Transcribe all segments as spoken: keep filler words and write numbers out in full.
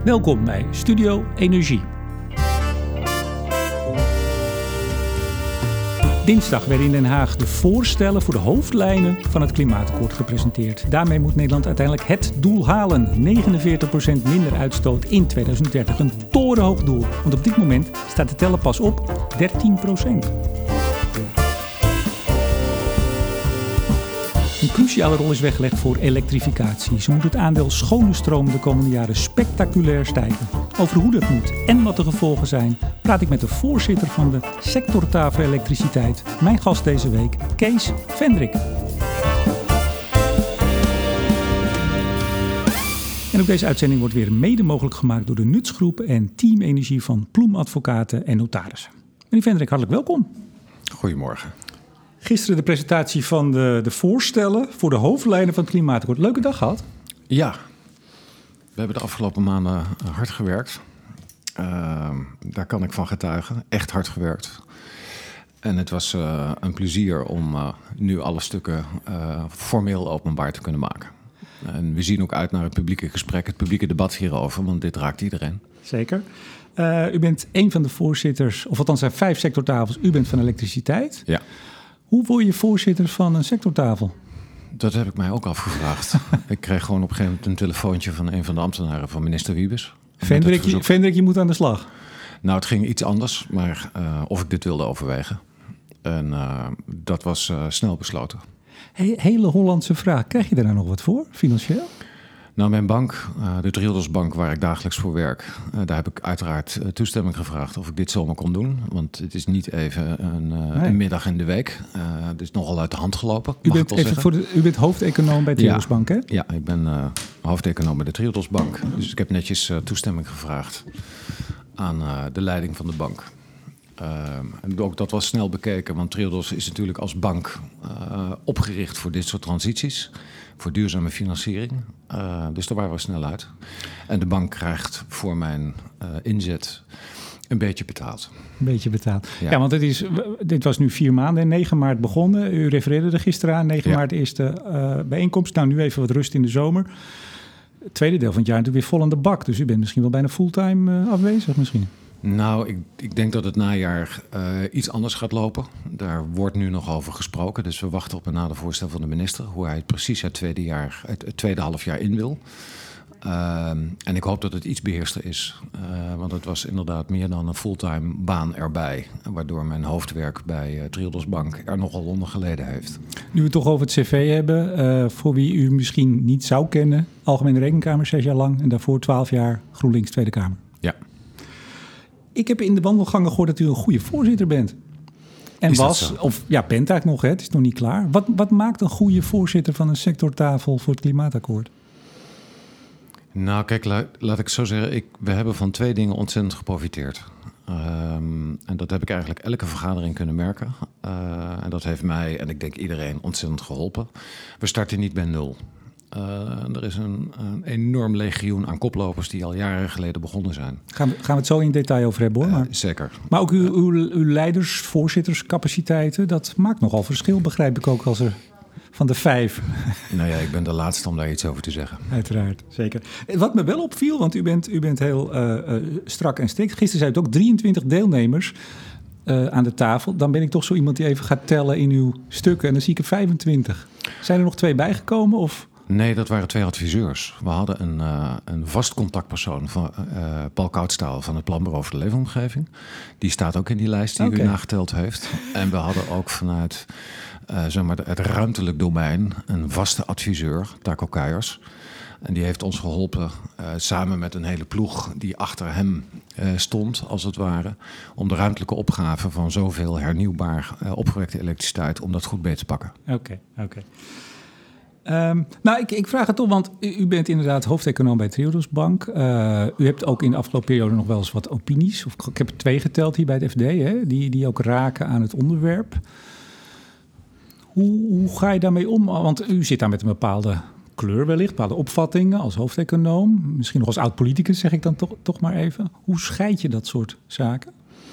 Welkom bij Studio Energie. Dinsdag werden in Den Haag de voorstellen voor de hoofdlijnen van het klimaatakkoord gepresenteerd. Daarmee moet Nederland uiteindelijk het doel halen. negenenveertig procent minder uitstoot in tweeduizend dertig. Een torenhoog doel, want op dit moment staat de teller pas op dertien procent. Een cruciale rol is weggelegd voor elektrificatie. Zo moet het aandeel schone stroom de komende jaren spectaculair stijgen. Over hoe dat moet en wat de gevolgen zijn, praat ik met de voorzitter van de sectortafel elektriciteit. Mijn gast deze week, Kees Vendrik. En ook deze uitzending wordt weer mede mogelijk gemaakt door de Nutsgroep en Team Energie van Ploem Advocaten en Notarissen. Meneer Vendrik, hartelijk welkom. Goedemorgen. Gisteren de presentatie van de, de voorstellen voor de hoofdlijnen van het klimaatakkoord. Leuke dag gehad? Ja, we hebben de afgelopen maanden hard gewerkt. Uh, daar kan ik van getuigen. Echt hard gewerkt. En het was uh, een plezier om uh, nu alle stukken uh, formeel openbaar te kunnen maken. En we zien ook uit naar het publieke gesprek, het publieke debat hierover, want dit raakt iedereen. Zeker. Uh, u bent een van de voorzitters, of althans zijn vijf sectortafels. U bent van elektriciteit. Ja. Hoe word je voorzitter van een sectortafel? Dat heb ik mij ook afgevraagd. Ik kreeg gewoon op een gegeven moment een telefoontje van een van de ambtenaren van minister Wiebes. Vendrik, je, Vendrik, je moet aan de slag. Nou, het ging iets anders, maar uh, of ik dit wilde overwegen. En uh, dat was uh, snel besloten. He, hele Hollandse vraag. Krijg je daar nou nog wat voor, financieel? Nou, mijn bank, uh, de Triodos Bank, waar ik dagelijks voor werk, uh, daar heb ik uiteraard uh, toestemming gevraagd of ik dit zomaar kon doen. Want het is niet even een, uh, nee. een middag in de week. Uh, het is nogal uit de hand gelopen. U bent, even voor de, u bent hoofdeconoom bij Triodos ja, Bank, hè? Ja, ik ben uh, hoofdeconoom bij de Triodos Bank. Dus ik heb netjes uh, toestemming gevraagd aan uh, de leiding van de bank. Uh, en ook dat was snel bekeken, want Triodos is natuurlijk als bank uh, opgericht voor dit soort transities. Voor duurzame financiering. Uh, dus daar waren we snel uit. En de bank krijgt voor mijn uh, inzet een beetje betaald. Een beetje betaald. Ja, ja want het is, dit was nu vier maanden. negen maart begonnen. U refereerde er gisteren aan. negen ja. maart eerste uh, bijeenkomst. Nou, nu even wat rust in de zomer. Het tweede deel van het jaar natuurlijk weer vol aan de bak. Dus u bent misschien wel bijna fulltime uh, afwezig misschien. Nou, ik, ik denk dat het najaar uh, iets anders gaat lopen. Daar wordt nu nog over gesproken. Dus we wachten op een nader voorstel van de minister. Hoe hij het precies het tweede, jaar, het, het tweede halfjaar in wil. Uh, en ik hoop dat het iets beheerster is. Uh, want het was inderdaad meer dan een fulltime baan erbij. Waardoor mijn hoofdwerk bij uh, Triodos Bank er nogal onder geleden heeft. Nu we het toch over het cv hebben. Uh, voor wie u misschien niet zou kennen. Algemene Rekenkamer zes jaar lang. En daarvoor twaalf jaar GroenLinks Tweede Kamer. Ja. Ik heb in de wandelgangen gehoord dat u een goede voorzitter bent. En is was, of ja, bent eigenlijk nog, hè? Het is nog niet klaar. Wat, wat maakt een goede voorzitter van een sectortafel voor het klimaatakkoord? Nou, kijk, la, laat ik zo zeggen. Ik, we hebben van twee dingen ontzettend geprofiteerd. Um, en dat heb ik eigenlijk elke vergadering kunnen merken. Uh, en dat heeft mij, en ik denk iedereen, ontzettend geholpen. We starten niet bij nul. Uh, er is een, een enorm legioen aan koplopers die al jaren geleden begonnen zijn. Gaan we, gaan we het zo in detail over hebben, hoor. Maar, uh, zeker. Maar ook uw, uw, uw leiders, voorzitterscapaciteiten, dat maakt nogal verschil, begrijp ik ook, als er van de vijf. Nou ja, ik ben de laatste om daar iets over te zeggen. Uiteraard, zeker. Wat me wel opviel, want u bent, u bent heel uh, uh, strak en strikt. Gisteren zei het ook drieëntwintig deelnemers uh, aan de tafel. Dan ben ik toch zo iemand die even gaat tellen in uw stukken. En dan zie ik er vijfentwintig. Zijn er nog twee bijgekomen of... Nee, dat waren twee adviseurs. We hadden een, uh, een vast contactpersoon van uh, Paul Koudstaal van het Planbureau voor de Leefomgeving. Die staat ook in die lijst die okay. u nageteld heeft. En we hadden ook vanuit uh, zeg maar het ruimtelijk domein een vaste adviseur, Taco Kuijers. En die heeft ons geholpen, uh, samen met een hele ploeg die achter hem uh, stond, als het ware, om de ruimtelijke opgave van zoveel hernieuwbaar uh, opgewekte elektriciteit, om dat goed mee te pakken. Oké, okay, oké. Okay. Um, nou, ik, ik vraag het op, want u, u bent inderdaad hoofdeconoom bij Triodos Bank. Uh, u hebt ook in de afgelopen periode nog wel eens wat opinies. Of, ik heb er twee geteld hier bij het F D, hè, die, die ook raken aan het onderwerp. Hoe, hoe ga je daarmee om? Want u zit daar met een bepaalde kleur wellicht, bepaalde opvattingen als hoofdeconoom. Misschien nog als oud-politicus, zeg ik dan toch, toch maar even. Hoe scheid je dat soort zaken?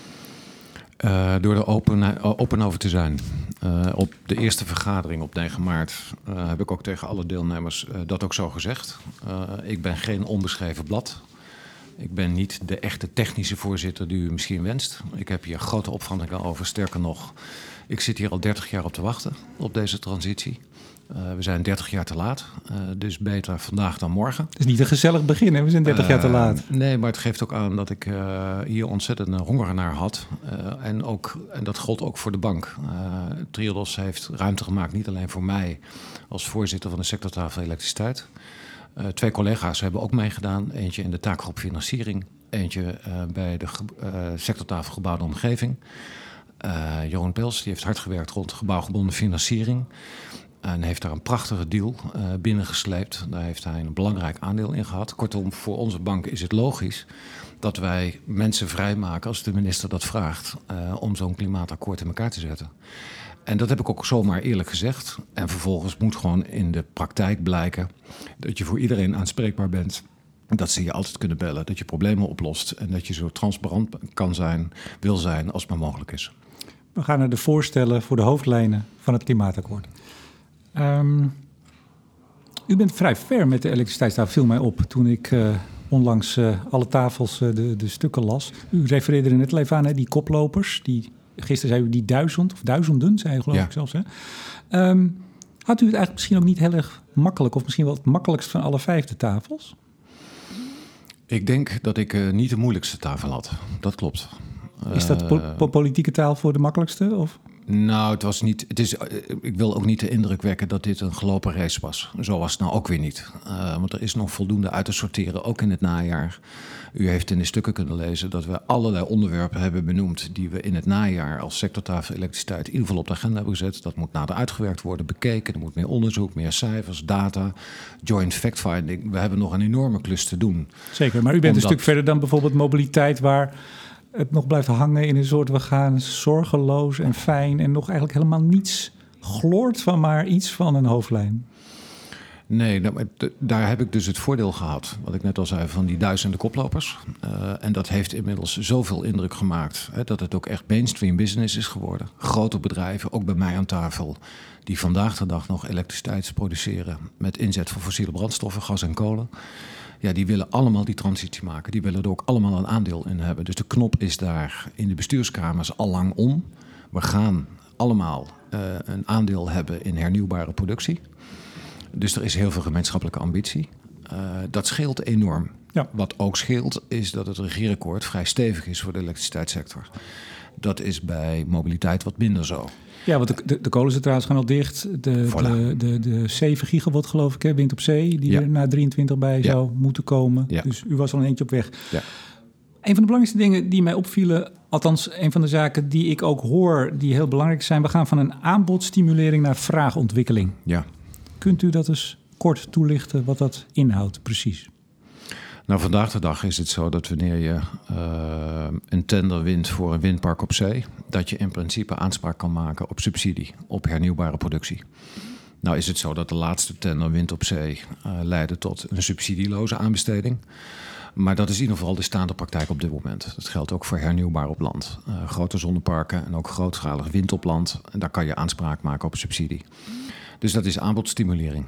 Uh, door er open, open over te zijn. Uh, op de eerste vergadering op negen maart uh, heb ik ook tegen alle deelnemers uh, dat ook zo gezegd. Uh, ik ben geen onbeschreven blad. Ik ben niet de echte technische voorzitter die u misschien wenst. Ik heb hier grote opvattingen over. Sterker nog, ik zit hier al dertig jaar op te wachten op deze transitie. Uh, we zijn dertig jaar te laat, uh, dus beter vandaag dan morgen. Het is niet een gezellig begin, hè? We zijn dertig uh, jaar te laat. Nee, maar het geeft ook aan dat ik uh, hier ontzettend honger naar had. Uh, en, ook, en dat gold ook voor de bank. Uh, Triodos heeft ruimte gemaakt, niet alleen voor mij als voorzitter van de sectortafel elektriciteit. Uh, twee collega's hebben ook meegedaan. Eentje in de taakgroep financiering. Eentje uh, bij de uh, sectortafel gebouwde omgeving. Uh, Jeroen Pels die heeft hard gewerkt rond gebouwgebonden financiering. En heeft daar een prachtige deal uh, binnengesleept. Daar heeft hij een belangrijk aandeel in gehad. Kortom, voor onze bank is het logisch dat wij mensen vrijmaken als de minister dat vraagt. Uh, om zo'n klimaatakkoord in elkaar te zetten. En dat heb ik ook zomaar eerlijk gezegd. En vervolgens moet gewoon in de praktijk blijken dat je voor iedereen aanspreekbaar bent. Dat ze je altijd kunnen bellen, dat je problemen oplost. En dat je zo transparant kan zijn, wil zijn als het maar mogelijk is. We gaan naar de voorstellen voor de hoofdlijnen van het klimaatakkoord. Um, u bent vrij ver met de elektriciteitstafel, viel mij op toen ik uh, onlangs uh, alle tafels uh, de, de stukken las. U refereerde er net al even aan, hè, die koplopers. Die, gisteren zei u die duizend of duizenden, zei u geloof ja. ik zelfs. Hè? Um, had u het eigenlijk misschien ook niet heel erg makkelijk, of misschien wel het makkelijkst van alle vijf de tafels? Ik denk dat ik uh, niet de moeilijkste tafel had. Dat klopt. Is dat po- po- politieke taal voor de makkelijkste? Of? Nou, het was niet. Het is, ik wil ook niet de indruk wekken dat dit een gelopen race was. Zo was het nou ook weer niet. Uh, want er is nog voldoende uit te sorteren, ook in het najaar. U heeft in de stukken kunnen lezen dat we allerlei onderwerpen hebben benoemd die we in het najaar als sectortafel elektriciteit in ieder geval op de agenda hebben gezet. Dat moet nader uitgewerkt worden, bekeken. Er moet meer onderzoek, meer cijfers, data, joint fact-finding. We hebben nog een enorme klus te doen. Zeker, maar u bent Omdat... een stuk verder dan bijvoorbeeld mobiliteit, waar het nog blijft hangen in een soort, we gaan zorgeloos en fijn en nog eigenlijk helemaal niets gloort van, maar iets van een hoofdlijn. Nee, daar heb ik dus het voordeel gehad, wat ik net al zei, van die duizenden koplopers. Uh, en dat heeft inmiddels zoveel indruk gemaakt, hè, dat het ook echt mainstream business is geworden. Grote bedrijven, ook bij mij aan tafel, die vandaag de dag nog elektriciteit produceren met inzet van fossiele brandstoffen, gas en kolen. Ja, die willen allemaal die transitie maken. Die willen er ook allemaal een aandeel in hebben. Dus de knop is daar in de bestuurskamers al lang om. We gaan allemaal uh, een aandeel hebben in hernieuwbare productie. Dus er is heel veel gemeenschappelijke ambitie. Uh, dat scheelt enorm. Ja. Wat ook scheelt is dat het regeerakkoord vrij stevig is voor de elektriciteitssector. Dat is bij mobiliteit wat minder zo. Ja, want de, de, de kolencentrales gaan al dicht. De, voilà. de, de, de zeven gigawatt geloof ik, hè, wind op zee, die ja. er na drieëntwintig bij ja. zou moeten komen. Ja. Dus u was al een eentje op weg. Ja. Een van de belangrijkste dingen die mij opvielen, althans een van de zaken die ik ook hoor, die heel belangrijk zijn, we gaan van een aanbodstimulering naar vraagontwikkeling. Ja. Kunt u dat eens kort toelichten wat dat inhoudt precies? Nou, vandaag de dag is het zo dat wanneer je uh, een tender wint voor een windpark op zee, dat je in principe aanspraak kan maken op subsidie, op hernieuwbare productie. Nou is het zo dat de laatste tender wind op zee uh, leidde tot een subsidieloze aanbesteding. Maar dat is in ieder geval de staande praktijk op dit moment. Dat geldt ook voor hernieuwbaar op land. Uh, grote zonneparken en ook grootschalig wind op land. En daar kan je aanspraak maken op subsidie. Dus dat is aanbodstimulering.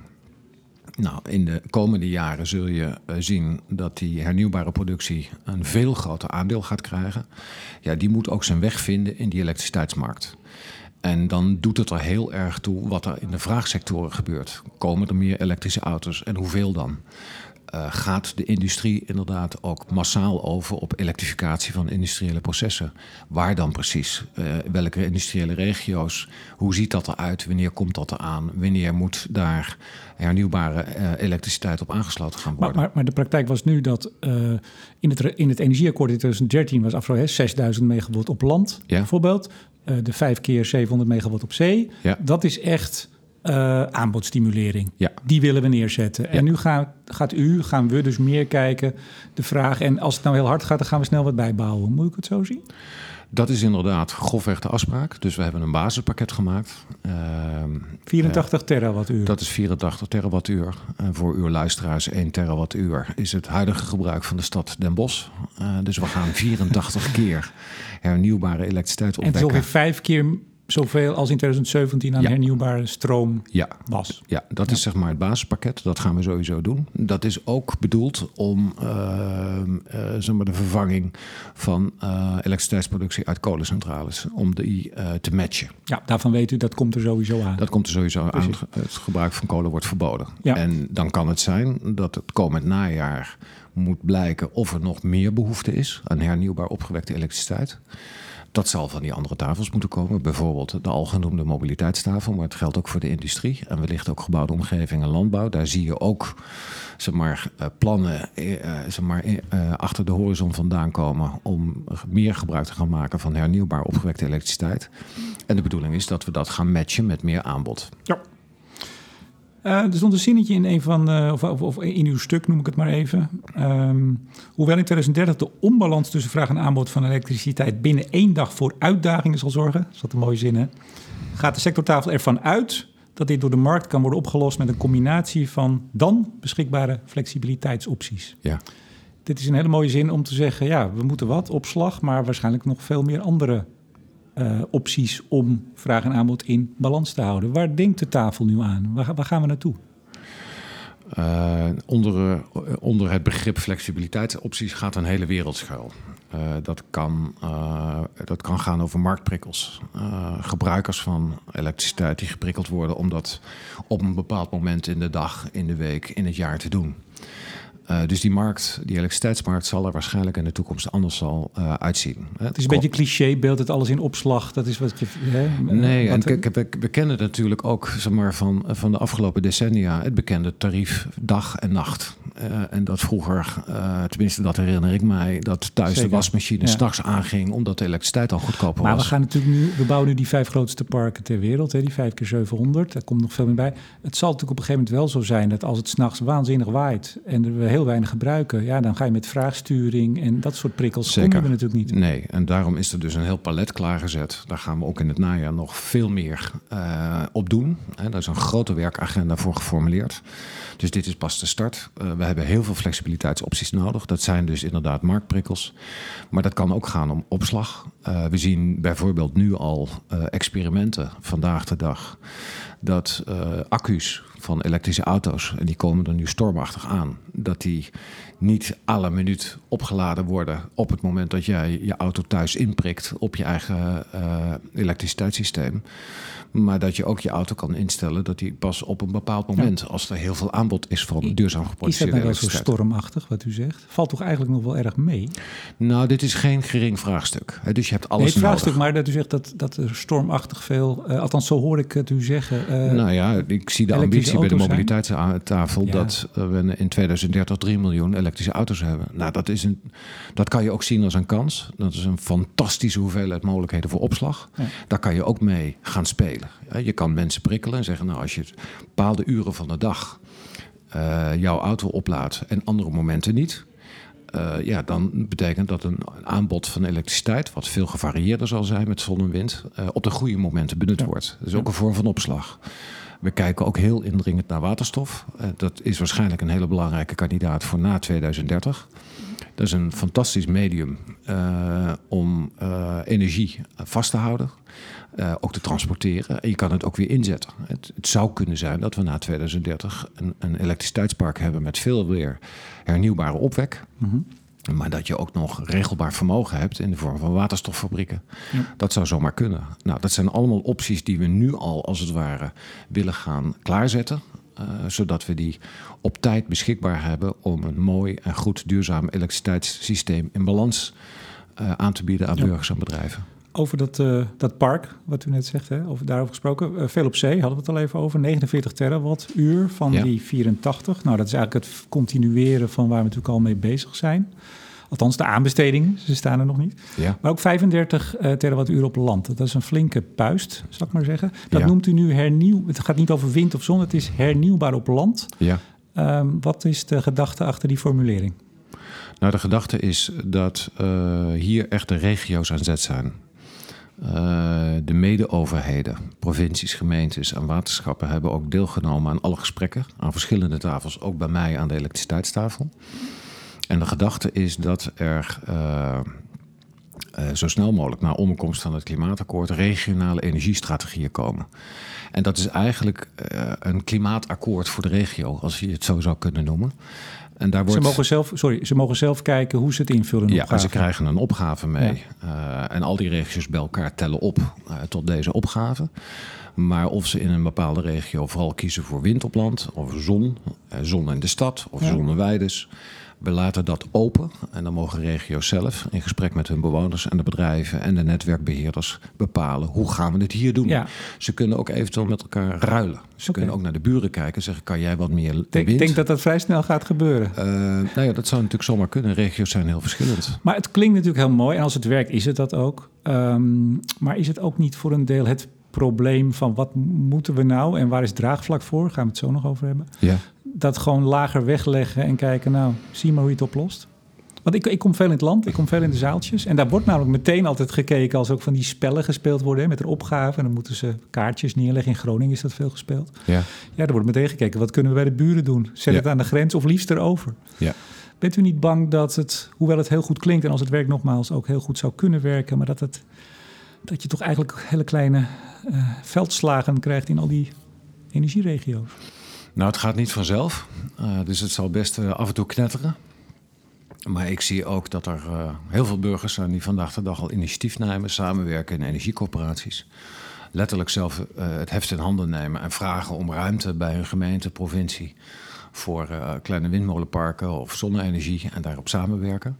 Nou, in de komende jaren zul je uh, zien dat die hernieuwbare productie een veel groter aandeel gaat krijgen. Ja, die moet ook zijn weg vinden in die elektriciteitsmarkt. En dan doet het er heel erg toe wat er in de vraagsectoren gebeurt. Komen er meer elektrische auto's en hoeveel dan? Uh, gaat de industrie inderdaad ook massaal over op elektrificatie van industriële processen? Waar dan precies? Uh, welke industriële regio's? Hoe ziet dat eruit? Wanneer komt dat eraan? Wanneer moet daar hernieuwbare uh, elektriciteit op aangesloten gaan worden? Maar, maar, maar de praktijk was nu dat uh, in, het, in het energieakkoord in twintig dertien was afro zesduizend megawatt op land, ja. bijvoorbeeld. Uh, de vijf keer zevenhonderd megawatt op zee. Ja. Dat is echt Uh, aanbodstimulering. Ja. Die willen we neerzetten. Ja. En nu gaat, gaat u, gaan we dus meer kijken, de vraag, en als het nou heel hard gaat, dan gaan we snel wat bijbouwen. Moet ik het zo zien? Dat is inderdaad grofweg de afspraak. Dus we hebben een basispakket gemaakt. Uh, vierentachtig uh, terawattuur. Dat is vierentachtig terawattuur. En voor uw luisteraars één terawattuur is het huidige gebruik van de stad Den Bosch. Uh, dus we gaan vierentachtig keer hernieuwbare elektriciteit opwekken. En het is ongeveer vijf keer zoveel als in twintig zeventien aan ja. hernieuwbare stroom ja. was. Ja, dat ja. is zeg maar het basispakket. Dat gaan we sowieso doen. Dat is ook bedoeld om uh, uh, zeg maar de vervanging van uh, elektriciteitsproductie uit kolencentrales, om die uh, te matchen. Ja, daarvan weet u, dat komt er sowieso aan. Dat komt er sowieso Precies. aan. Het gebruik van kolen wordt verboden. Ja. En dan kan het zijn dat het komend najaar moet blijken of er nog meer behoefte is aan hernieuwbaar opgewekte elektriciteit. Dat zal van die andere tafels moeten komen. Bijvoorbeeld de al genoemde mobiliteitstafel. Maar het geldt ook voor de industrie. En wellicht ook gebouwde omgeving en landbouw. Daar zie je ook zeg maar, plannen uh, zeg maar, uh, achter de horizon vandaan komen om meer gebruik te gaan maken van hernieuwbaar opgewekte elektriciteit. En de bedoeling is dat we dat gaan matchen met meer aanbod. Ja. Uh, er stond een zinnetje in een van, uh, of, of, of in uw stuk, noem ik het maar even. Um, hoewel in twintig dertig de onbalans tussen vraag en aanbod van elektriciteit binnen één dag voor uitdagingen zal zorgen, dat is wat een mooie zin, hè? Gaat de sectortafel ervan uit dat dit door de markt kan worden opgelost met een combinatie van dan beschikbare flexibiliteitsopties. Ja. Dit is een hele mooie zin om te zeggen, ja, we moeten wat, opslag, maar waarschijnlijk nog veel meer andere Uh, opties om vraag en aanbod in balans te houden. Waar denkt de tafel nu aan? Waar, waar gaan we naartoe? Uh, onder, uh, onder het begrip flexibiliteitsopties gaat een hele wereld schuil. Uh, dat, kan, uh, dat kan gaan over marktprikkels. Uh, gebruikers van elektriciteit die geprikkeld worden om dat op een bepaald moment in de dag, in de week, in het jaar te doen. Uh, dus die markt, die elektriciteitsmarkt, zal er waarschijnlijk in de toekomst anders zal uh, uitzien. Het is een beetje clichébeeld, het alles in opslag. Dat is wat je. Hè, nee, wat en we, we kennen natuurlijk ook zeg maar, van, van de afgelopen decennia het bekende tarief dag en nacht. Uh, en dat vroeger, uh, tenminste dat herinner ik mij, dat thuis Zeker. de wasmachine ja. 's nachts aanging omdat de elektriciteit al goedkoper maar was. Maar we gaan natuurlijk nu, we bouwen nu die vijf grootste parken ter wereld, hè, die vijf keer zevenhonderd. Daar komt nog veel meer bij. Het zal natuurlijk op een gegeven moment wel zo zijn dat als het 's nachts waanzinnig waait en we heel weinig gebruiken, ja, dan ga je met vraagsturing en dat soort prikkels Zeker. Kom je er natuurlijk niet. Nee, en daarom is er dus een heel palet klaargezet. Daar gaan we ook in het najaar nog veel meer uh, op doen. Hè, daar is een grote werkagenda voor geformuleerd. Dus dit is pas de start. Uh, we hebben heel veel flexibiliteitsopties nodig. Dat zijn dus inderdaad marktprikkels. Maar dat kan ook gaan om opslag. Uh, we zien bijvoorbeeld nu al uh, experimenten vandaag de dag dat uh, accu's van elektrische auto's, en die komen er nu stormachtig aan, dat die niet à la minuut opgeladen worden op het moment dat jij je auto thuis inprikt op je eigen uh, elektriciteitssysteem. Maar dat je ook je auto kan instellen dat die pas op een bepaald moment, ja. als er heel veel aanbod is van duurzaam geproduceerde elektriciteit. Is dat nou wel zo stormachtig wat u zegt? Valt toch eigenlijk nog wel erg mee? Nou, dit is geen gering vraagstuk. Dus je hebt alles nee, het vraagstuk, nodig. Maar dat u zegt dat, dat er stormachtig veel, uh, althans zo hoor ik het u zeggen. Uh, nou ja, ik zie de ambitie bij de mobiliteitstafel ja. dat we in twintig dertig drie miljoen elektrische auto's hebben. Nou, dat, is een, dat kan je ook zien als een kans. Dat is een fantastische hoeveelheid mogelijkheden voor opslag. Ja. Daar kan je ook mee gaan spelen. Je kan mensen prikkelen en zeggen, nou, als je bepaalde uren van de dag uh, jouw auto oplaadt en andere momenten niet, uh, ja, dan betekent dat een aanbod van elektriciteit, wat veel gevarieerder zal zijn met zon en wind, uh, op de goede momenten benut ja. wordt. Dat is ook een vorm van opslag. We kijken ook heel indringend naar waterstof. Uh, dat is waarschijnlijk een hele belangrijke kandidaat voor na twintig dertig. Dat is een fantastisch medium uh, om uh, energie vast te houden. Uh, ook te transporteren. En je kan het ook weer inzetten. Het, het zou kunnen zijn dat we na twintig dertig een, een elektriciteitspark hebben met veel weer hernieuwbare opwek. Mm-hmm. Maar dat je ook nog regelbaar vermogen hebt in de vorm van waterstoffabrieken. Ja. Dat zou zomaar kunnen. Nou, dat zijn allemaal opties die we nu al als het ware willen gaan klaarzetten. Uh, zodat we die op tijd beschikbaar hebben om een mooi en goed duurzaam elektriciteitssysteem in balans uh, aan te bieden aan ja. burgers en bedrijven. Over dat, uh, dat park, wat u net zegt, hè, over, daarover gesproken. Uh, veel op zee, hadden we het al even over. negenenveertig terawattuur van ja. die vierentachtig. Nou, dat is eigenlijk het continueren van waar we natuurlijk al mee bezig zijn. Althans, de aanbestedingen, ze staan er nog niet. Ja. Maar ook vijfendertig uh, terawattuur op land. Dat is een flinke puist, zal ik maar zeggen. Dat ja. noemt u nu hernieuw. Het gaat niet over wind of zon, het is hernieuwbaar op land. Ja. Um, wat is de gedachte achter die formulering? Nou, de gedachte is dat uh, hier echt de regio's aan zet zijn. Uh, de mede-overheden, provincies, gemeentes en waterschappen hebben ook deelgenomen aan alle gesprekken, aan verschillende tafels, ook bij mij aan de elektriciteitstafel. En de gedachte is dat er uh, uh, zo snel mogelijk na onderkomst van het klimaatakkoord regionale energiestrategieën komen. En dat is eigenlijk uh, een klimaatakkoord voor de regio, als je het zo zou kunnen noemen. En daar wordt... Ze mogen zelf, sorry, ze mogen zelf kijken hoe ze het invullen. Ja, en ze krijgen een opgave mee. Ja. Uh, en al die regio's bij elkaar tellen op uh, tot deze opgave. Maar of ze in een bepaalde regio vooral kiezen voor wind op land, of zon, uh, zon in de stad, of ja. zon en weides. We laten dat open en dan mogen regio's zelf in gesprek met hun bewoners en de bedrijven en de netwerkbeheerders bepalen hoe gaan we het hier doen. Ja. Ze kunnen ook eventueel met elkaar ruilen. Ze okay. kunnen ook naar de buren kijken en zeggen, kan jij wat meer wind? Ik denk dat dat vrij snel gaat gebeuren. Uh, nou ja, dat zou natuurlijk zomaar kunnen. Regio's zijn heel verschillend. Maar het klinkt natuurlijk heel mooi en als het werkt is het dat ook. Um, maar is het ook niet voor een deel het probleem van wat moeten we nou en waar is draagvlak voor? Gaan we het zo nog over hebben. Ja. Dat gewoon lager wegleggen en kijken, nou, zie maar hoe je het oplost. Want ik, ik kom veel in het land, ik kom veel in de zaaltjes. En daar wordt namelijk meteen altijd gekeken als ook van die spellen gespeeld worden, hè, met een opgave. En dan moeten ze kaartjes neerleggen. In Groningen is dat veel gespeeld. Ja, ja, er wordt meteen gekeken, wat kunnen we bij de buren doen? Zet ja. het aan de grens of liefst erover. Ja. Bent u niet bang dat het, hoewel het heel goed klinkt en als het werkt nogmaals ook heel goed zou kunnen werken, maar dat, het, dat je toch eigenlijk hele kleine uh, veldslagen krijgt in al die energieregio's? Nou, het gaat niet vanzelf, uh, dus het zal best uh, af en toe knetteren. Maar ik zie ook dat er uh, heel veel burgers zijn die vandaag de dag al initiatief nemen, samenwerken in energiecoöperaties. Letterlijk zelf uh, het heft in handen nemen en vragen om ruimte bij hun gemeente, provincie voor uh, kleine windmolenparken of zonne-energie en daarop samenwerken.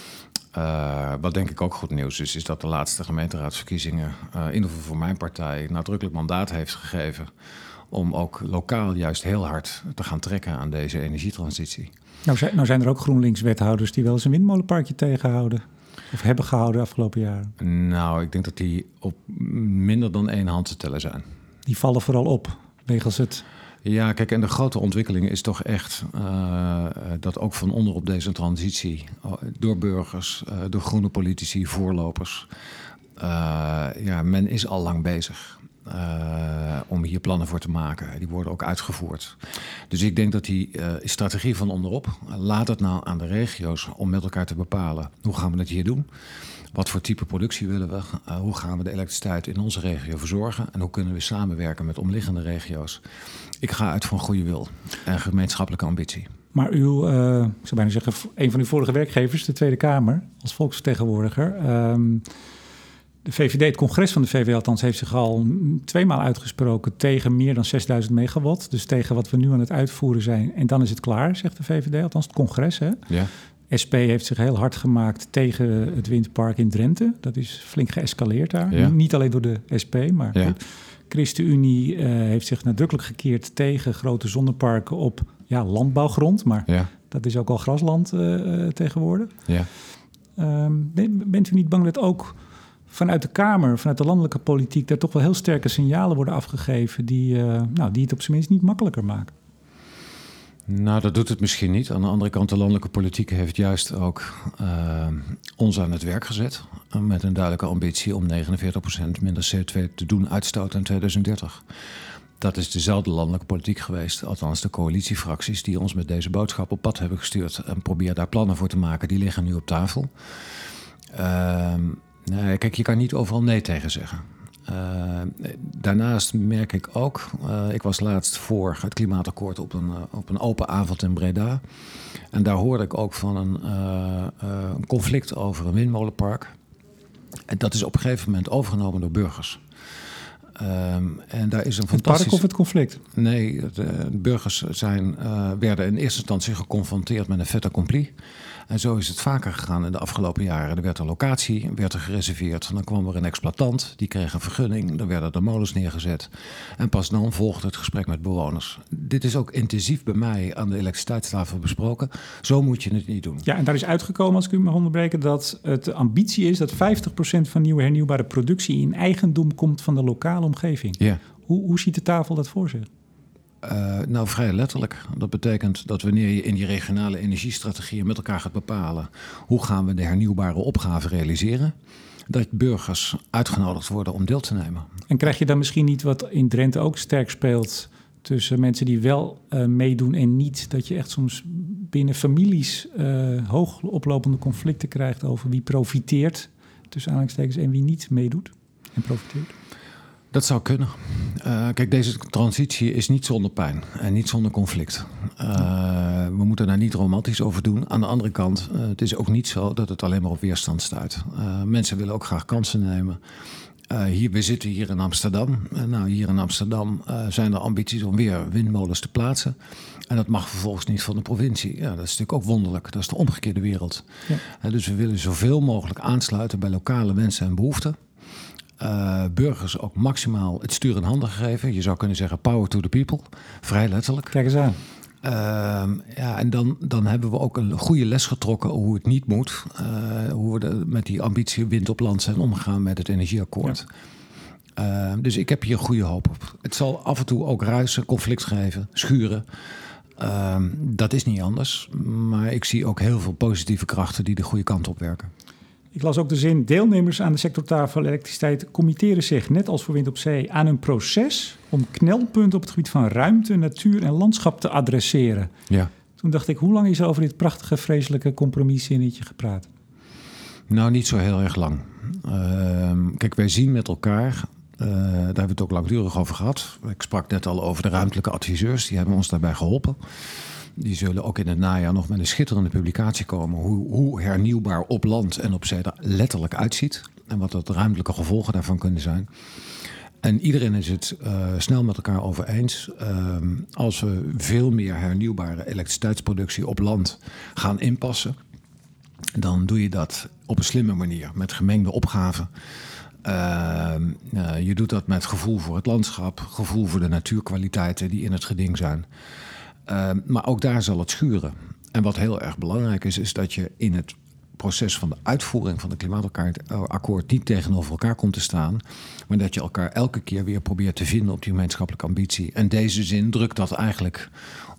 Uh, wat denk ik ook goed nieuws is, is dat de laatste gemeenteraadsverkiezingen, uh, in ieder geval voor mijn partij, nadrukkelijk mandaat heeft gegeven om ook lokaal juist heel hard te gaan trekken aan deze energietransitie. Nou zijn, nou zijn er ook GroenLinks-wethouders die wel eens een windmolenparkje tegenhouden. Of hebben gehouden de afgelopen jaren. Nou, ik denk dat die op minder dan één hand te tellen zijn. Die vallen vooral op, wegens het... Ja, kijk, en de grote ontwikkeling is toch echt uh, dat ook van onder op deze transitie, uh, door burgers, uh, door groene politici, voorlopers, uh, ja, men is al lang bezig. Uh, om hier plannen voor te maken. Die worden ook uitgevoerd. Dus ik denk dat die uh, strategie van onderop, uh, laat het nou aan de regio's om met elkaar te bepalen hoe gaan we het hier doen. Wat voor type productie willen we? Uh, hoe gaan we de elektriciteit in onze regio verzorgen? En hoe kunnen we samenwerken met omliggende regio's? Ik ga uit van goede wil en gemeenschappelijke ambitie. Maar uw, uh, ik zou bijna zeggen, een van uw vorige werkgevers, de Tweede Kamer, als volksvertegenwoordiger. Um, De V V D, het congres van de V V D althans, heeft zich al tweemaal uitgesproken tegen meer dan zesduizend megawatt. Dus tegen wat we nu aan het uitvoeren zijn. En dan is het klaar, zegt de V V D, althans het congres. Hè? Ja. S P heeft zich heel hard gemaakt tegen het windpark in Drenthe. Dat is flink geëscaleerd daar. Ja. Niet alleen door de S P, maar ja. goed. ChristenUnie uh, heeft zich nadrukkelijk gekeerd tegen grote zonneparken op ja, landbouwgrond. Maar ja. dat is ook al grasland uh, tegenwoordig. Ja. Um, bent u niet bang dat ook vanuit de Kamer, vanuit de landelijke politiek, daar toch wel heel sterke signalen worden afgegeven die, uh, nou, die het op zijn minst niet makkelijker maken? Nou, dat doet het misschien niet. Aan de andere kant, de landelijke politiek heeft juist ook uh, ons aan het werk gezet. Uh, met een duidelijke ambitie om negenenveertig procent minder C O twee te doen uitstoten in tweeduizend dertig. Dat is dezelfde landelijke politiek geweest, althans de coalitiefracties die ons met deze boodschap op pad hebben gestuurd en proberen daar plannen voor te maken. Die liggen nu op tafel. Uh, Nee, kijk, je kan niet overal nee tegen zeggen. Uh, daarnaast merk ik ook, uh, ik was laatst voor het klimaatakkoord op een, uh, op een open avond in Breda. En daar hoorde ik ook van een, uh, uh, een conflict over een windmolenpark. En dat is op een gegeven moment overgenomen door burgers. Um, en daar is een het park of het conflict? Nee, de burgers zijn, uh, werden in eerste instantie geconfronteerd met een fait accompli. En zo is het vaker gegaan in de afgelopen jaren. Er werd een locatie, werd er gereserveerd. Dan kwam er een exploitant, die kreeg een vergunning. Dan werden er molens neergezet. En pas dan volgde het gesprek met bewoners. Dit is ook intensief bij mij aan de elektriciteitstafel besproken. Zo moet je het niet doen. Ja, en daar is uitgekomen, als ik u mag onderbreken, dat het de ambitie is dat vijftig procent van nieuwe hernieuwbare productie in eigendom komt van de lokale omgeving. Ja. Hoe, hoe ziet de tafel dat voor zich? Uh, nou, vrij letterlijk. Dat betekent dat wanneer je in die regionale energiestrategieën met elkaar gaat bepalen hoe gaan we de hernieuwbare opgave realiseren, dat burgers uitgenodigd worden om deel te nemen. En krijg je dan misschien niet wat in Drenthe ook sterk speelt tussen mensen die wel uh, meedoen en niet, dat je echt soms binnen families uh, hoogoplopende conflicten krijgt over wie profiteert tussen aanhalingstekens, en wie niet meedoet en profiteert? Dat zou kunnen. Uh, kijk, deze transitie is niet zonder pijn en niet zonder conflict. Uh, we moeten daar niet romantisch over doen. Aan de andere kant, uh, het is ook niet zo dat het alleen maar op weerstand stuit. Uh, mensen willen ook graag kansen nemen. Uh, hier, we zitten hier in Amsterdam. Uh, nou, hier in Amsterdam uh, zijn er ambities om weer windmolens te plaatsen. En dat mag vervolgens niet van de provincie. Ja, dat is natuurlijk ook wonderlijk. Dat is de omgekeerde wereld. Ja. Uh, dus we willen zoveel mogelijk aansluiten bij lokale wensen en behoeften. Uh, burgers ook maximaal het stuur in handen gegeven. Je zou kunnen zeggen power to the people. Vrij letterlijk. Kijk eens aan. Uh, ja, en dan, dan hebben we ook een goede les getrokken hoe het niet moet. Uh, hoe we de, met die ambitie wind op land zijn omgegaan met het energieakkoord. Ja. Uh, dus ik heb hier goede hoop op. Het zal af en toe ook ruisen, conflict geven, schuren. Uh, dat is niet anders. Maar ik zie ook heel veel positieve krachten die de goede kant op werken. Ik las ook de zin: deelnemers aan de sectortafel elektriciteit committeren zich, net als voor wind op zee, aan een proces om knelpunten op het gebied van ruimte, natuur en landschap te adresseren. Ja. Toen dacht ik, hoe lang is er over dit prachtige, vreselijke compromiszinnetje gepraat? Nou, niet zo heel erg lang. Uh, kijk, wij zien met elkaar, uh, daar hebben we het ook langdurig over gehad. Ik sprak net al over de ruimtelijke adviseurs, die hebben ons daarbij geholpen. Die zullen ook in het najaar nog met een schitterende publicatie komen. Hoe, hoe hernieuwbaar op land en op zee er letterlijk uitziet. En wat de ruimtelijke gevolgen daarvan kunnen zijn. En iedereen is het uh, snel met elkaar over eens. Uh, als we veel meer hernieuwbare elektriciteitsproductie op land gaan inpassen, dan doe je dat op een slimme manier. Met gemengde opgaven. Uh, uh, je doet dat met gevoel voor het landschap. Gevoel voor de natuurkwaliteiten die in het geding zijn. Uh, maar ook daar zal het schuren. En wat heel erg belangrijk is, is dat je in het proces van de uitvoering van het klimaatakkoord niet tegenover elkaar komt te staan, maar dat je elkaar elke keer weer probeert te vinden op die gemeenschappelijke ambitie. En deze zin drukt dat eigenlijk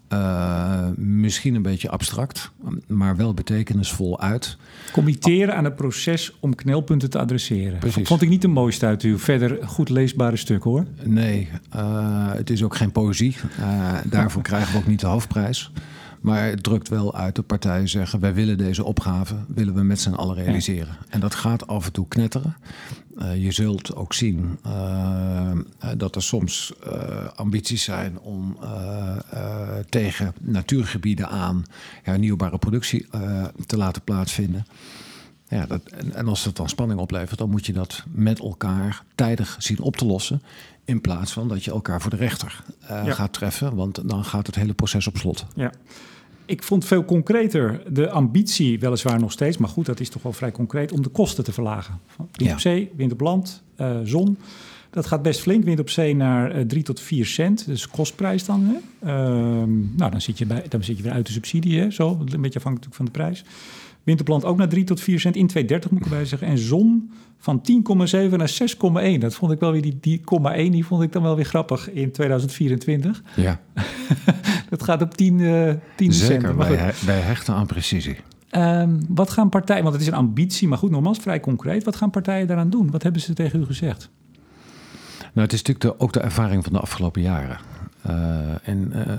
uh, misschien een beetje abstract, maar wel betekenisvol uit. Committeren aan het proces om knelpunten te adresseren. Precies. Vond ik niet de mooiste uit uw verder goed leesbare stuk, hoor. Nee, uh, het is ook geen poëzie. Uh, daarvoor krijgen we ook niet de hoofdprijs. Maar het drukt wel uit dat partijen zeggen, wij willen deze opgave, willen we met z'n allen realiseren. Ja. En dat gaat af en toe knetteren. Uh, je zult ook zien uh, dat er soms uh, ambities zijn om uh, uh, tegen natuurgebieden aan hernieuwbare productie uh, te laten plaatsvinden. Ja, dat, en, en als het dan spanning oplevert, dan moet je dat met elkaar tijdig zien op te lossen. In plaats van dat je elkaar voor de rechter uh, ja. gaat treffen. Want dan gaat het hele proces op slot. Ja. Ik vond veel concreter de ambitie, weliswaar nog steeds, maar goed, dat is toch wel vrij concreet, om de kosten te verlagen. Wind ja. op zee, wind op land, uh, zon. Dat gaat best flink. Wind op zee naar uh, drie tot vier cent. Dus kostprijs dan. Hè? Uh, nou, dan zit, je bij, dan zit je weer uit de subsidie. Hè? Zo, een beetje afhankelijk van de prijs. Wind op land ook naar drie tot vier cent. In tweehonderd dertig moet ik erbij zeggen. En zon van tien komma zeven naar zes komma één. Dat vond ik wel weer, die, die komma één, die vond ik dan wel weer grappig in tweeduizend vierentwintig. Ja. Dat gaat op tien, uh, tien Zeker, cent. wij, he, wij hechten aan precisie. Um, wat gaan partijen, want het is een ambitie, maar goed, nogmaals vrij concreet. Wat gaan partijen daaraan doen? Wat hebben ze tegen u gezegd? Nou, het is natuurlijk de, ook de ervaring van de afgelopen jaren. Uh, en uh,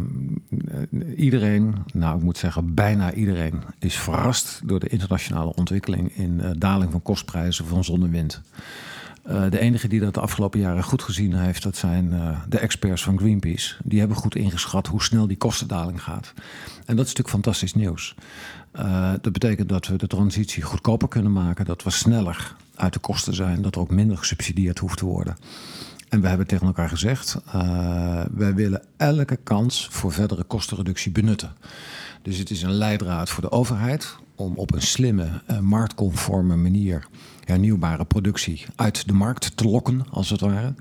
uh, iedereen, nou ik moet zeggen bijna iedereen, is verrast door de internationale ontwikkeling in uh, daling van kostprijzen van zon en wind. Uh, de enige die dat de afgelopen jaren goed gezien heeft, dat zijn uh, de experts van Greenpeace. Die hebben goed ingeschat hoe snel die kostendaling gaat. En dat is natuurlijk fantastisch nieuws. Uh, dat betekent dat we de transitie goedkoper kunnen maken, dat we sneller uit de kosten zijn, dat er ook minder gesubsidieerd hoeft te worden. En we hebben tegen elkaar gezegd, uh, wij willen elke kans voor verdere kostenreductie benutten. Dus het is een leidraad voor de overheid om op een slimme, uh, marktconforme manier hernieuwbare productie uit de markt te lokken, als het ware.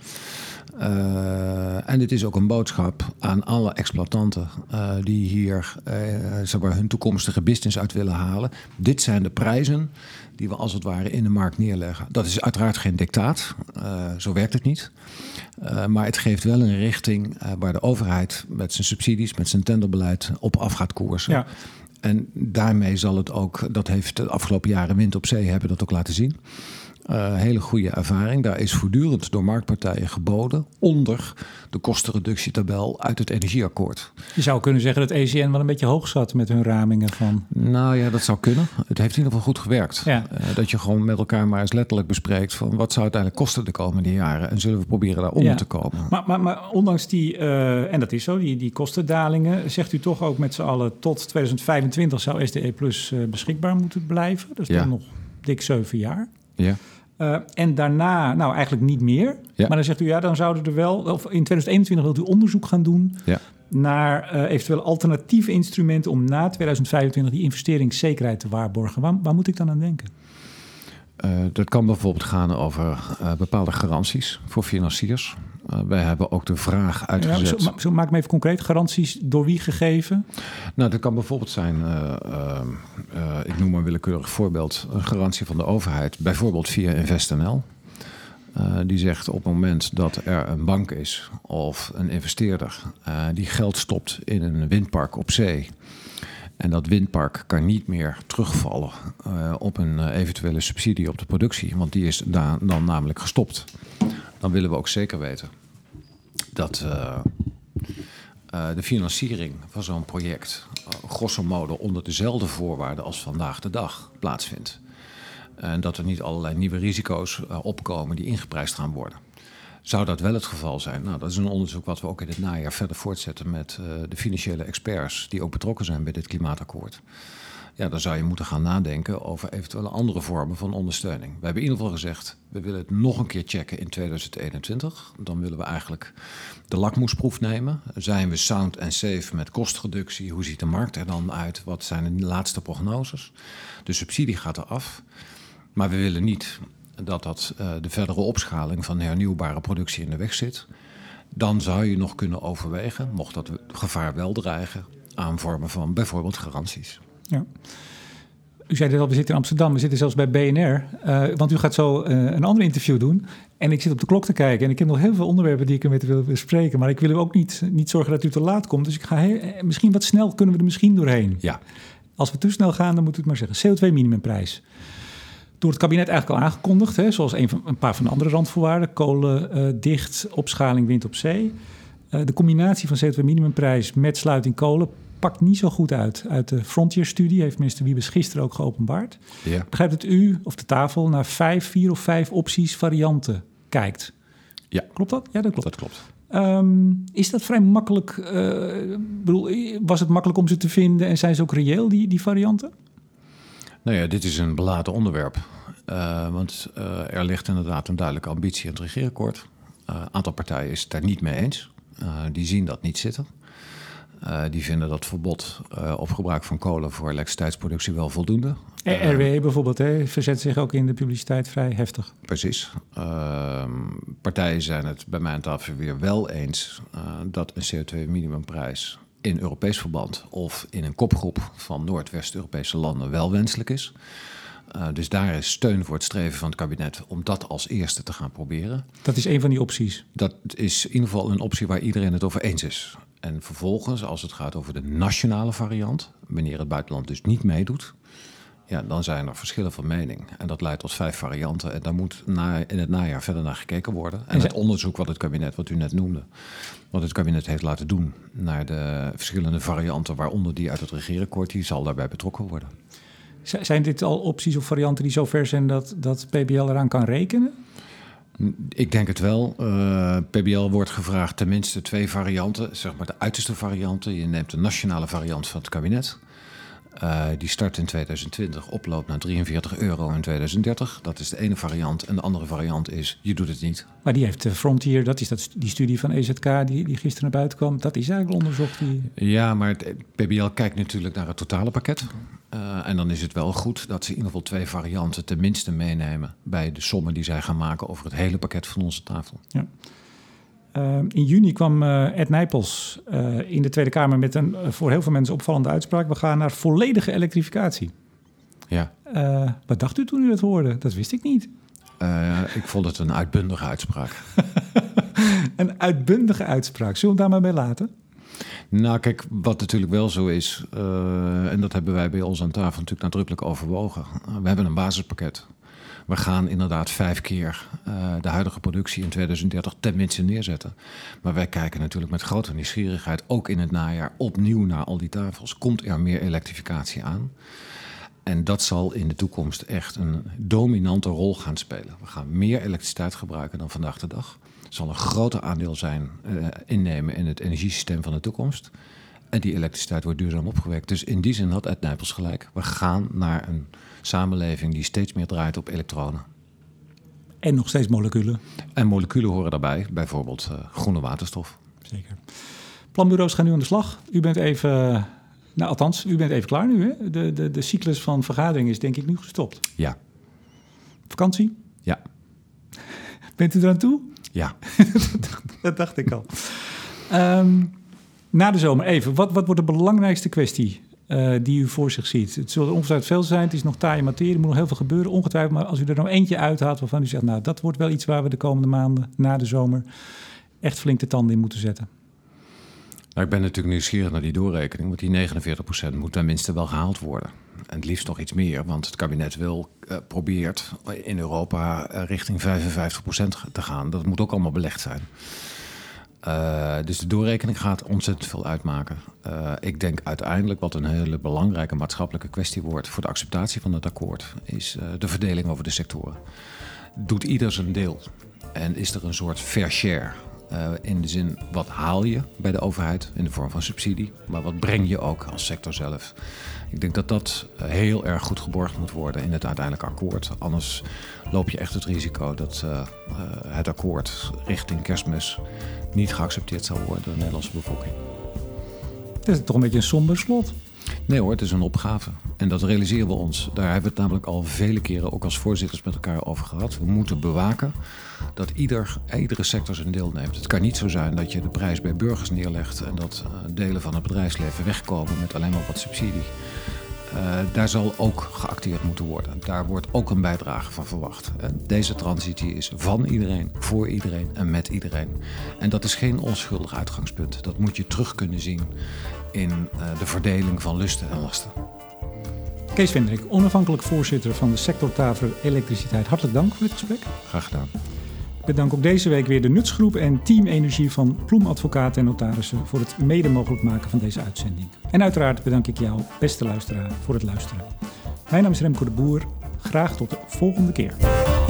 Uh, en het is ook een boodschap aan alle exploitanten uh, die hier uh, zeg maar, hun toekomstige business uit willen halen. Dit zijn de prijzen die we als het ware in de markt neerleggen. Dat is uiteraard geen dictaat, uh, zo werkt het niet. Uh, maar het geeft wel een richting uh, waar de overheid met zijn subsidies, met zijn tenderbeleid op af gaat koersen. Ja. En daarmee zal het ook, dat heeft de afgelopen jaren wind op zee hebben dat ook laten zien. Uh, hele goede ervaring. Daar is voortdurend door marktpartijen geboden onder de kostenreductietabel uit het energieakkoord. Je zou kunnen zeggen dat E C N wel een beetje hoog zat met hun ramingen van... Nou ja, dat zou kunnen. Het heeft in ieder geval goed gewerkt. Ja. Uh, dat je gewoon met elkaar maar eens letterlijk bespreekt van wat zou uiteindelijk kosten de komende jaren en zullen we proberen daar onder ja. te komen. Maar, maar, maar ondanks die, uh, en dat is zo, die, die kostendalingen, zegt u toch ook met z'n allen tot tweeduizend vijfentwintig zou S D E Plus uh, beschikbaar moeten blijven. Dat is ja. dan nog dik zeven jaar. Ja. Uh, en daarna, nou eigenlijk niet meer. Ja. Maar dan zegt u, ja, dan zouden er wel... Of in tweeduizend eenentwintig wilt u onderzoek gaan doen... Ja. naar uh, eventueel alternatieve instrumenten... om na tweeduizend vijfentwintig die investeringszekerheid te waarborgen. Waar, waar moet ik dan aan denken? Uh, dat kan bijvoorbeeld gaan over uh, bepaalde garanties voor financiers. Uh, wij hebben ook de vraag uitgezet... Ja, zo, zo, maak me even concreet. Garanties door wie gegeven? Nou, dat kan bijvoorbeeld zijn... Uh, uh, uh, ik noem maar een willekeurig voorbeeld... een garantie van de overheid, bijvoorbeeld via InvestNL. Uh, die zegt op het moment dat er een bank is of een investeerder... Uh, die geld stopt in een windpark op zee... En dat windpark kan niet meer terugvallen uh, op een uh, eventuele subsidie op de productie. Want die is da- dan namelijk gestopt. Dan willen we ook zeker weten dat uh, uh, de financiering van zo'n project... Uh, grosso modo onder dezelfde voorwaarden als vandaag de dag plaatsvindt. En dat er niet allerlei nieuwe risico's uh, opkomen die ingeprijsd gaan worden. Zou dat wel het geval zijn? Nou, dat is een onderzoek wat we ook in het najaar verder voortzetten met uh, de financiële experts die ook betrokken zijn bij dit klimaatakkoord. Ja, dan zou je moeten gaan nadenken over eventuele andere vormen van ondersteuning. We hebben in ieder geval gezegd, we willen het nog een keer checken in tweeduizend eenentwintig. Dan willen we eigenlijk de lakmoesproef nemen. Zijn we sound en safe met kostreductie? Hoe ziet de markt er dan uit? Wat zijn de laatste prognoses? De subsidie gaat eraf, maar we willen niet... dat dat uh, de verdere opschaling van hernieuwbare productie in de weg zit. Dan zou je nog kunnen overwegen, mocht dat gevaar wel dreigen... aan vormen van bijvoorbeeld garanties. Ja. U zei het al, we zitten in Amsterdam, we zitten zelfs bij B N R. Uh, want u gaat zo uh, een ander interview doen. En ik zit op de klok te kijken en ik heb nog heel veel onderwerpen die ik er met u wil bespreken. Maar ik wil u ook niet, niet zorgen dat u te laat komt. Dus ik ga heel, misschien wat snel, kunnen we er misschien doorheen. Ja. Als we te snel gaan, dan moet u het maar zeggen. C O twee minimumprijs. Door het kabinet eigenlijk al aangekondigd, hè, zoals een, van, een paar van de andere randvoorwaarden. Kolen uh, dicht, opschaling wind op zee. Uh, de combinatie van C O twee minimumprijs met sluiting kolen pakt niet zo goed uit. Uit de Frontier-studie heeft minister Wiebes gisteren ook geopenbaard. Ja. Begrijp dat u of de tafel naar vijf, vier of vijf opties, varianten kijkt? Ja. Klopt dat? Ja, dat klopt. Dat klopt. Um, is dat vrij makkelijk? Uh, bedoel, was het makkelijk om ze te vinden en zijn ze ook reëel, die, die varianten? Nou ja, dit is een beladen onderwerp. Uh, want uh, er ligt inderdaad een duidelijke ambitie in het regeerakkoord. Een uh, aantal partijen is het daar niet mee eens. Uh, die zien dat niet zitten. Uh, die vinden dat verbod uh, op gebruik van kolen voor elektriciteitsproductie wel voldoende. Uh, R W E bijvoorbeeld, hè, verzet zich ook in de publiciteit vrij heftig. Precies. Uh, partijen zijn het bij mij aan tafel weer wel eens uh, dat een C O twee minimumprijs in Europees verband of in een kopgroep van Noordwest-Europese landen wel wenselijk is. Uh, dus daar is steun voor het streven van het kabinet om dat als eerste te gaan proberen. Dat is een van die opties? Dat is in ieder geval een optie waar iedereen het over eens is. En vervolgens, als het gaat over de nationale variant, wanneer het buitenland dus niet meedoet, ja, dan zijn er verschillen van mening. En dat leidt tot vijf varianten. En daar moet na, in het najaar verder naar gekeken worden. En het onderzoek wat het kabinet, wat u net noemde, wat het kabinet heeft laten doen naar de verschillende varianten, waaronder die uit het regeerakkoord, die zal daarbij betrokken worden. Zijn dit al opties of varianten die zover zijn dat, dat P B L eraan kan rekenen? Ik denk het wel. Uh, P B L wordt gevraagd tenminste twee varianten, zeg maar de uiterste varianten. Je neemt de nationale variant van het kabinet. Uh, die start in tweeduizend twintig, oploopt naar drieënveertig euro in tweeduizend dertig. Dat is de ene variant. En de andere variant is, je doet het niet. Maar die heeft Frontier, dat is dat, die studie van E Z K die, die gisteren naar buiten kwam. Dat is eigenlijk onderzocht. Die... Ja, maar het P B L kijkt natuurlijk naar het totale pakket. Uh, en dan is het wel goed dat ze in ieder geval twee varianten tenminste meenemen bij de sommen die zij gaan maken over het hele pakket van onze tafel. Ja. Uh, in juni kwam uh, Ed Nijpels uh, in de Tweede Kamer met een uh, voor heel veel mensen opvallende uitspraak. We gaan naar volledige elektrificatie. Ja. Uh, wat dacht u toen u dat hoorde? Dat wist ik niet. Uh, ik vond het een uitbundige uitspraak. Een uitbundige uitspraak. Zullen we het daar maar bij laten? Nou, kijk, wat natuurlijk wel zo is, uh, en dat hebben wij bij ons aan tafel natuurlijk nadrukkelijk overwogen. Uh, we hebben een basispakket We gaan inderdaad vijf keer uh, de huidige productie in tweeduizend dertig tenminste neerzetten. Maar wij kijken natuurlijk met grote nieuwsgierigheid, ook in het najaar, opnieuw naar al die tafels. Komt er meer elektrificatie aan? En dat zal in de toekomst echt een dominante rol gaan spelen. We gaan meer elektriciteit gebruiken dan vandaag de dag. Het zal een groter aandeel zijn uh, innemen in het energiesysteem van de toekomst. En die elektriciteit wordt duurzaam opgewekt. Dus in die zin had Ed Nijpels gelijk. We gaan naar een samenleving die steeds meer draait op elektronen. En nog steeds moleculen. En moleculen horen daarbij, bijvoorbeeld uh, groene waterstof. Zeker. Planbureaus gaan nu aan de slag. U bent even, nou althans, u bent even klaar nu. Hè? De, de, de cyclus van vergaderingen is denk ik nu gestopt. Ja. Vakantie? Ja. Bent u eraan toe? Ja. Dat dacht ik al. Um, na de zomer even, wat, wat wordt de belangrijkste kwestie uh, die u voor zich ziet? Het zullen ongetwijfeld veel zijn, het is nog taaie materie, er moet nog heel veel gebeuren, ongetwijfeld. Maar als u er nou eentje uithaalt waarvan u zegt, nou dat wordt wel iets waar we de komende maanden na de zomer echt flink de tanden in moeten zetten. Nou, ik ben natuurlijk nieuwsgierig naar die doorrekening, want die negenenveertig procent moet tenminste wel gehaald worden. En het liefst nog iets meer, want het kabinet wil, uh, probeert in Europa uh, richting vijfenvijftig procent te gaan. Dat moet ook allemaal belegd zijn. Uh, dus de doorrekening gaat ontzettend veel uitmaken. Uh, ik denk uiteindelijk wat een hele belangrijke maatschappelijke kwestie wordt voor de acceptatie van het akkoord, is uh, de verdeling over de sectoren. Doet ieder zijn deel? En is er een soort fair share? Uh, in de zin, wat haal je bij de overheid in de vorm van subsidie, maar wat breng je ook als sector zelf? Ik denk dat dat heel erg goed geborgd moet worden in het uiteindelijke akkoord. Anders loop je echt het risico dat uh, uh, het akkoord richting Kerstmis niet geaccepteerd zal worden door de Nederlandse bevolking. Het is toch een beetje een somber slot? Nee hoor, het is een opgave. En dat realiseren we ons. Daar hebben we het namelijk al vele keren ook als voorzitters met elkaar over gehad. We moeten bewaken dat ieder, iedere sector zijn deel neemt. Het kan niet zo zijn dat je de prijs bij burgers neerlegt en dat uh, delen van het bedrijfsleven wegkomen met alleen maar wat subsidie. Uh, daar zal ook geacteerd moeten worden. Daar wordt ook een bijdrage van verwacht. En deze transitie is van iedereen, voor iedereen en met iedereen. En dat is geen onschuldig uitgangspunt. Dat moet je terug kunnen zien in uh, de verdeling van lusten en lasten. Kees Vendrik, onafhankelijk voorzitter van de sectortafel elektriciteit. Hartelijk dank voor dit gesprek. Graag gedaan. Ik bedank ook deze week weer de Nutsgroep en Team Energie van Ploem Advocaten en Notarissen voor het mede mogelijk maken van deze uitzending. En uiteraard bedank ik jou, beste luisteraar, voor het luisteren. Mijn naam is Remco de Boer. Graag tot de volgende keer.